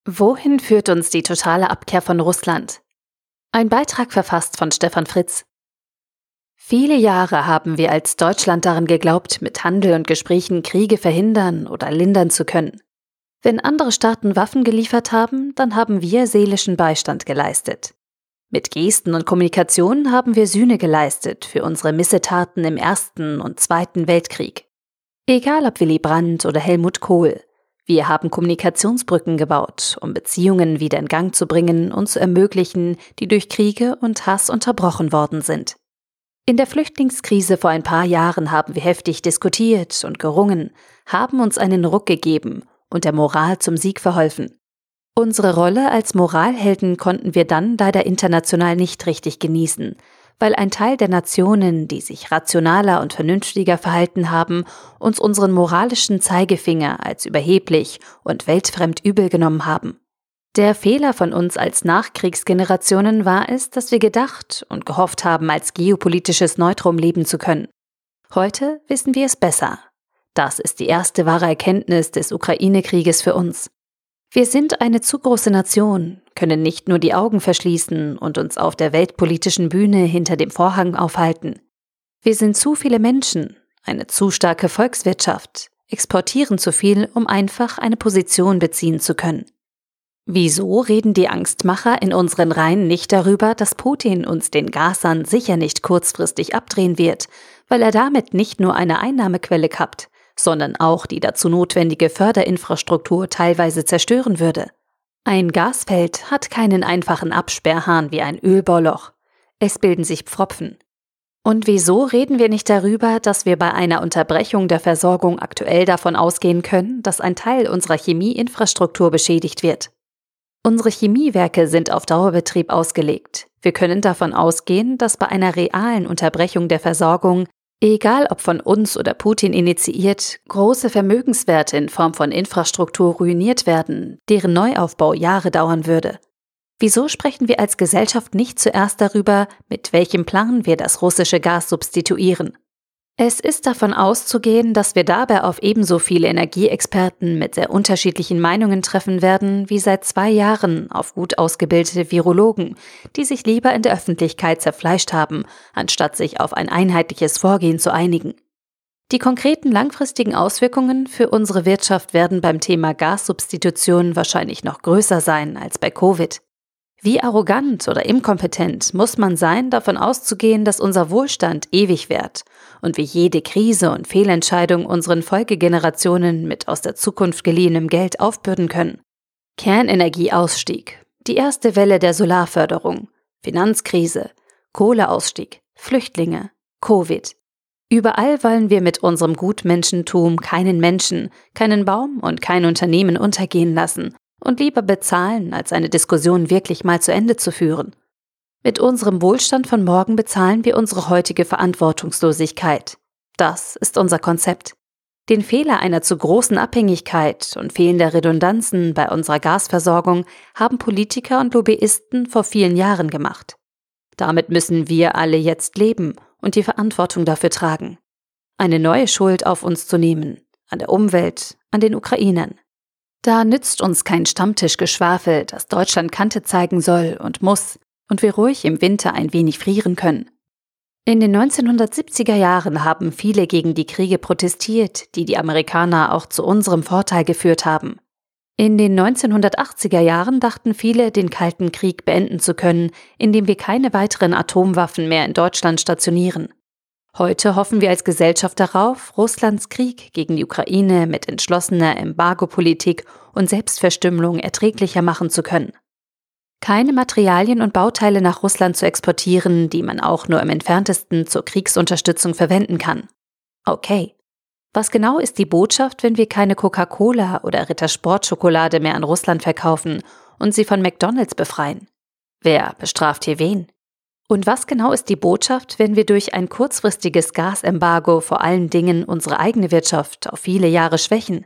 Wohin führt uns die totale Abkehr von Russland? Ein Beitrag verfasst von Stefan Fritz. Viele Jahre haben wir als Deutschland daran geglaubt, mit Handel und Gesprächen Kriege verhindern oder lindern zu können. Wenn andere Staaten Waffen geliefert haben, dann haben wir seelischen Beistand geleistet. Mit Gesten und Kommunikation haben wir Sühne geleistet für unsere Missetaten im Ersten und Zweiten Weltkrieg. Egal ob Willy Brandt oder Helmut Kohl. Wir haben Kommunikationsbrücken gebaut, um Beziehungen wieder in Gang zu bringen und zu ermöglichen, die durch Kriege und Hass unterbrochen worden sind. In der Flüchtlingskrise vor ein paar Jahren haben wir heftig diskutiert und gerungen, haben uns einen Ruck gegeben und der Moral zum Sieg verholfen. Unsere Rolle als Moralhelden konnten wir dann leider international nicht richtig genießen, weil ein Teil der Nationen, die sich rationaler und vernünftiger verhalten haben, uns unseren moralischen Zeigefinger als überheblich und weltfremd übel genommen haben. Der Fehler von uns als Nachkriegsgenerationen war es, dass wir gedacht und gehofft haben, als geopolitisches Neutrum leben zu können. Heute wissen wir es besser. Das ist die erste wahre Erkenntnis des Ukraine-Krieges für uns. Wir sind eine zu große Nation, können nicht nur die Augen verschließen und uns auf der weltpolitischen Bühne hinter dem Vorhang aufhalten. Wir sind zu viele Menschen, eine zu starke Volkswirtschaft, exportieren zu viel, um einfach eine Position beziehen zu können. Wieso reden die Angstmacher in unseren Reihen nicht darüber, dass Putin uns den Gashahn sicher nicht kurzfristig abdrehen wird, weil er damit nicht nur eine Einnahmequelle kappt, sondern auch die dazu notwendige Förderinfrastruktur teilweise zerstören würde? Ein Gasfeld hat keinen einfachen Absperrhahn wie ein Ölbohrloch. Es bilden sich Pfropfen. Und wieso reden wir nicht darüber, dass wir bei einer Unterbrechung der Versorgung aktuell davon ausgehen können, dass ein Teil unserer Chemieinfrastruktur beschädigt wird? Unsere Chemiewerke sind auf Dauerbetrieb ausgelegt. Wir können davon ausgehen, dass bei einer realen Unterbrechung der Versorgung, egal ob von uns oder Putin initiiert, große Vermögenswerte in Form von Infrastruktur ruiniert werden, deren Neuaufbau Jahre dauern würde. Wieso sprechen wir als Gesellschaft nicht zuerst darüber, mit welchem Plan wir das russische Gas substituieren? Es ist davon auszugehen, dass wir dabei auf ebenso viele Energieexperten mit sehr unterschiedlichen Meinungen treffen werden, wie seit 2 Jahren auf gut ausgebildete Virologen, die sich lieber in der Öffentlichkeit zerfleischt haben, anstatt sich auf ein einheitliches Vorgehen zu einigen. Die konkreten langfristigen Auswirkungen für unsere Wirtschaft werden beim Thema Gassubstitution wahrscheinlich noch größer sein als bei Covid. Wie arrogant oder inkompetent muss man sein, davon auszugehen, dass unser Wohlstand ewig währt und wir jede Krise und Fehlentscheidung unseren Folgegenerationen mit aus der Zukunft geliehenem Geld aufbürden können? Kernenergieausstieg, die erste Welle der Solarförderung, Finanzkrise, Kohleausstieg, Flüchtlinge, Covid. Überall wollen wir mit unserem Gutmenschentum keinen Menschen, keinen Baum und kein Unternehmen untergehen lassen und lieber bezahlen, als eine Diskussion wirklich mal zu Ende zu führen. Mit unserem Wohlstand von morgen bezahlen wir unsere heutige Verantwortungslosigkeit. Das ist unser Konzept. Den Fehler einer zu großen Abhängigkeit und fehlender Redundanzen bei unserer Gasversorgung haben Politiker und Lobbyisten vor vielen Jahren gemacht. Damit müssen wir alle jetzt leben und die Verantwortung dafür tragen. Eine neue Schuld auf uns zu nehmen, an der Umwelt, an den Ukrainern. Da nützt uns kein Stammtischgeschwafel, dass Deutschland Kante zeigen soll und muss und wir ruhig im Winter ein wenig frieren können. In den 1970er Jahren haben viele gegen die Kriege protestiert, die die Amerikaner auch zu unserem Vorteil geführt haben. In den 1980er Jahren dachten viele, den Kalten Krieg beenden zu können, indem wir keine weiteren Atomwaffen mehr in Deutschland stationieren. Heute hoffen wir als Gesellschaft darauf, Russlands Krieg gegen die Ukraine mit entschlossener Embargopolitik und Selbstverstümmelung erträglicher machen zu können. Keine Materialien und Bauteile nach Russland zu exportieren, die man auch nur im Entferntesten zur Kriegsunterstützung verwenden kann. Okay. Was genau ist die Botschaft, wenn wir keine Coca-Cola oder Rittersport-Schokolade mehr an Russland verkaufen und sie von McDonald's befreien? Wer bestraft hier wen? Und was genau ist die Botschaft, wenn wir durch ein kurzfristiges Gasembargo vor allen Dingen unsere eigene Wirtschaft auf viele Jahre schwächen?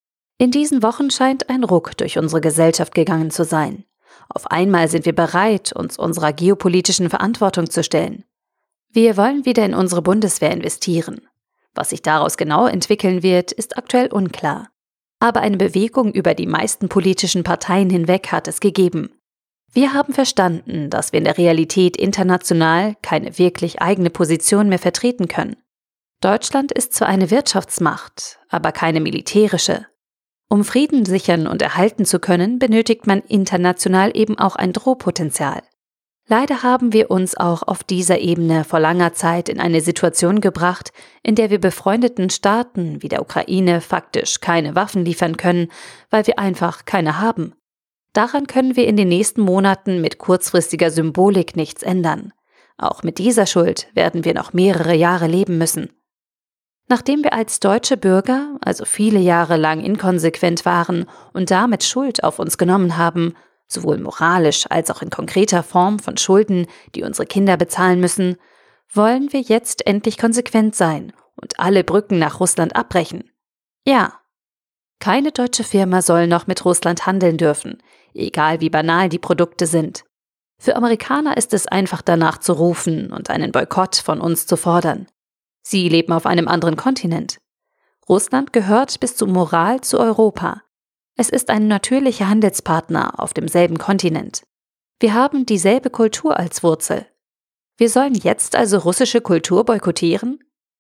In diesen Wochen scheint ein Ruck durch unsere Gesellschaft gegangen zu sein. Auf einmal sind wir bereit, uns unserer geopolitischen Verantwortung zu stellen. Wir wollen wieder in unsere Bundeswehr investieren. Was sich daraus genau entwickeln wird, ist aktuell unklar. Aber eine Bewegung über die meisten politischen Parteien hinweg hat es gegeben. Wir haben verstanden, dass wir in der Realität international keine wirklich eigene Position mehr vertreten können. Deutschland ist zwar eine Wirtschaftsmacht, aber keine militärische. Um Frieden sichern und erhalten zu können, benötigt man international eben auch ein Drohpotenzial. Leider haben wir uns auch auf dieser Ebene vor langer Zeit in eine Situation gebracht, in der wir befreundeten Staaten wie der Ukraine faktisch keine Waffen liefern können, weil wir einfach keine haben. Daran können wir in den nächsten Monaten mit kurzfristiger Symbolik nichts ändern. Auch mit dieser Schuld werden wir noch mehrere Jahre leben müssen. Nachdem wir als deutsche Bürger also viele Jahre lang inkonsequent waren und damit Schuld auf uns genommen haben, sowohl moralisch als auch in konkreter Form von Schulden, die unsere Kinder bezahlen müssen, wollen wir jetzt endlich konsequent sein und alle Brücken nach Russland abbrechen. Ja, keine deutsche Firma soll noch mit Russland handeln dürfen, egal wie banal die Produkte sind. Für Amerikaner ist es einfach danach zu rufen und einen Boykott von uns zu fordern. Sie leben auf einem anderen Kontinent. Russland gehört bis zur Moral zu Europa. Es ist ein natürlicher Handelspartner auf demselben Kontinent. Wir haben dieselbe Kultur als Wurzel. Wir sollen jetzt also russische Kultur boykottieren?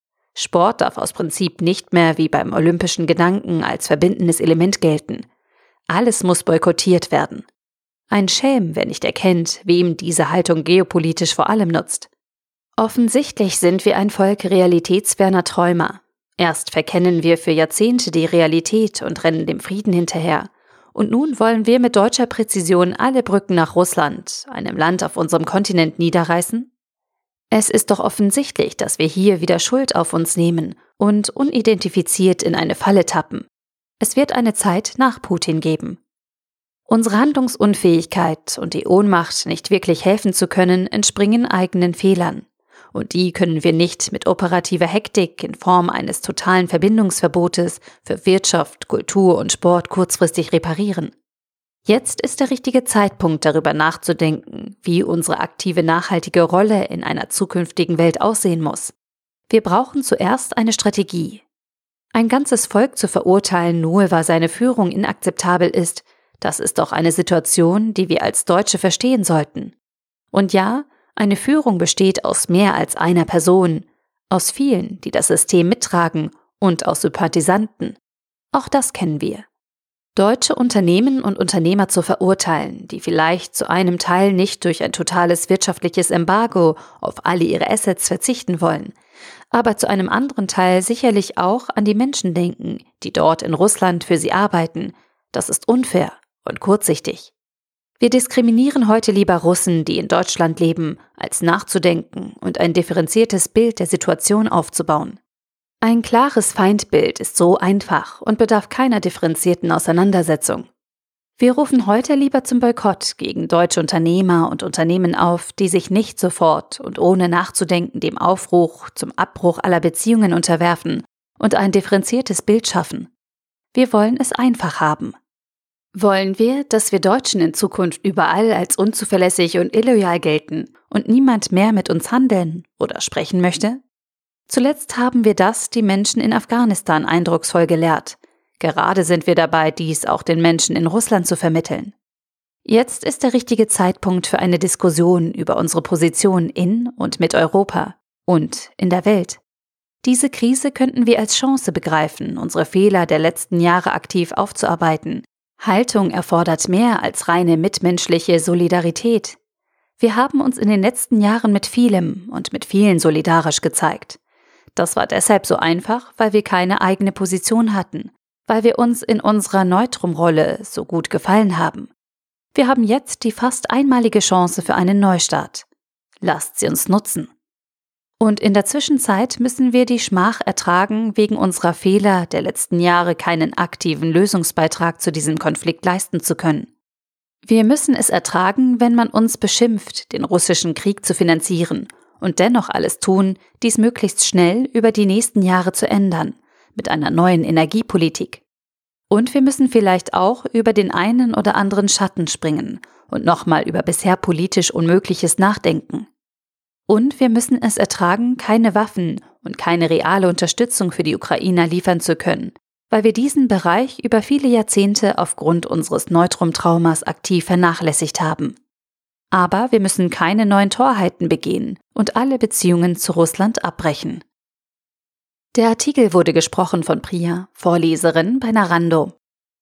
Sport darf aus Prinzip nicht mehr wie beim olympischen Gedanken als verbindendes Element gelten. Alles muss boykottiert werden. Ein Schelm, wer nicht erkennt, wem diese Haltung geopolitisch vor allem nutzt. Offensichtlich sind wir ein Volk realitätsferner Träumer. Erst verkennen wir für Jahrzehnte die Realität und rennen dem Frieden hinterher. Und nun wollen wir mit deutscher Präzision alle Brücken nach Russland, einem Land auf unserem Kontinent, niederreißen? Es ist doch offensichtlich, dass wir hier wieder Schuld auf uns nehmen und unidentifiziert in eine Falle tappen. Es wird eine Zeit nach Putin geben. Unsere Handlungsunfähigkeit und die Ohnmacht, nicht wirklich helfen zu können, entspringen eigenen Fehlern. Und die können wir nicht mit operativer Hektik in Form eines totalen Verbindungsverbotes für Wirtschaft, Kultur und Sport kurzfristig reparieren. Jetzt ist der richtige Zeitpunkt, darüber nachzudenken, wie unsere aktive nachhaltige Rolle in einer zukünftigen Welt aussehen muss. Wir brauchen zuerst eine Strategie. Ein ganzes Volk zu verurteilen, nur weil seine Führung inakzeptabel ist, das ist doch eine Situation, die wir als Deutsche verstehen sollten. Und ja, eine Führung besteht aus mehr als einer Person, aus vielen, die das System mittragen, und aus Sympathisanten. Auch das kennen wir. Deutsche Unternehmen und Unternehmer zu verurteilen, die vielleicht zu einem Teil nicht durch ein totales wirtschaftliches Embargo auf alle ihre Assets verzichten wollen, aber zu einem anderen Teil sicherlich auch an die Menschen denken, die dort in Russland für sie arbeiten, das ist unfair und kurzsichtig. Wir diskriminieren heute lieber Russen, die in Deutschland leben, als nachzudenken und ein differenziertes Bild der Situation aufzubauen. Ein klares Feindbild ist so einfach und bedarf keiner differenzierten Auseinandersetzung. Wir rufen heute lieber zum Boykott gegen deutsche Unternehmer und Unternehmen auf, die sich nicht sofort und ohne nachzudenken dem Aufruf zum Abbruch aller Beziehungen unterwerfen und ein differenziertes Bild schaffen. Wir wollen es einfach haben. Wollen wir, dass wir Deutschen in Zukunft überall als unzuverlässig und illoyal gelten und niemand mehr mit uns handeln oder sprechen möchte? Zuletzt haben wir das die Menschen in Afghanistan eindrucksvoll gelehrt. Gerade sind wir dabei, dies auch den Menschen in Russland zu vermitteln. Jetzt ist der richtige Zeitpunkt für eine Diskussion über unsere Position in und mit Europa und in der Welt. Diese Krise könnten wir als Chance begreifen, unsere Fehler der letzten Jahre aktiv aufzuarbeiten. Haltung erfordert mehr als reine mitmenschliche Solidarität. Wir haben uns in den letzten Jahren mit vielem und mit vielen solidarisch gezeigt. Das war deshalb so einfach, weil wir keine eigene Position hatten, weil wir uns in unserer Neutrum-Rolle so gut gefallen haben. Wir haben jetzt die fast einmalige Chance für einen Neustart. Lasst sie uns nutzen. Und in der Zwischenzeit müssen wir die Schmach ertragen, wegen unserer Fehler der letzten Jahre keinen aktiven Lösungsbeitrag zu diesem Konflikt leisten zu können. Wir müssen es ertragen, wenn man uns beschimpft, den russischen Krieg zu finanzieren und dennoch alles tun, dies möglichst schnell über die nächsten Jahre zu ändern, mit einer neuen Energiepolitik. Und wir müssen vielleicht auch über den einen oder anderen Schatten springen und nochmal über bisher politisch Unmögliches nachdenken. Und wir müssen es ertragen, keine Waffen und keine reale Unterstützung für die Ukrainer liefern zu können, weil wir diesen Bereich über viele Jahrzehnte aufgrund unseres Neutrum-Traumas aktiv vernachlässigt haben. Aber wir müssen keine neuen Torheiten begehen und alle Beziehungen zu Russland abbrechen. Der Artikel wurde gesprochen von Priya, Vorleserin bei Narando.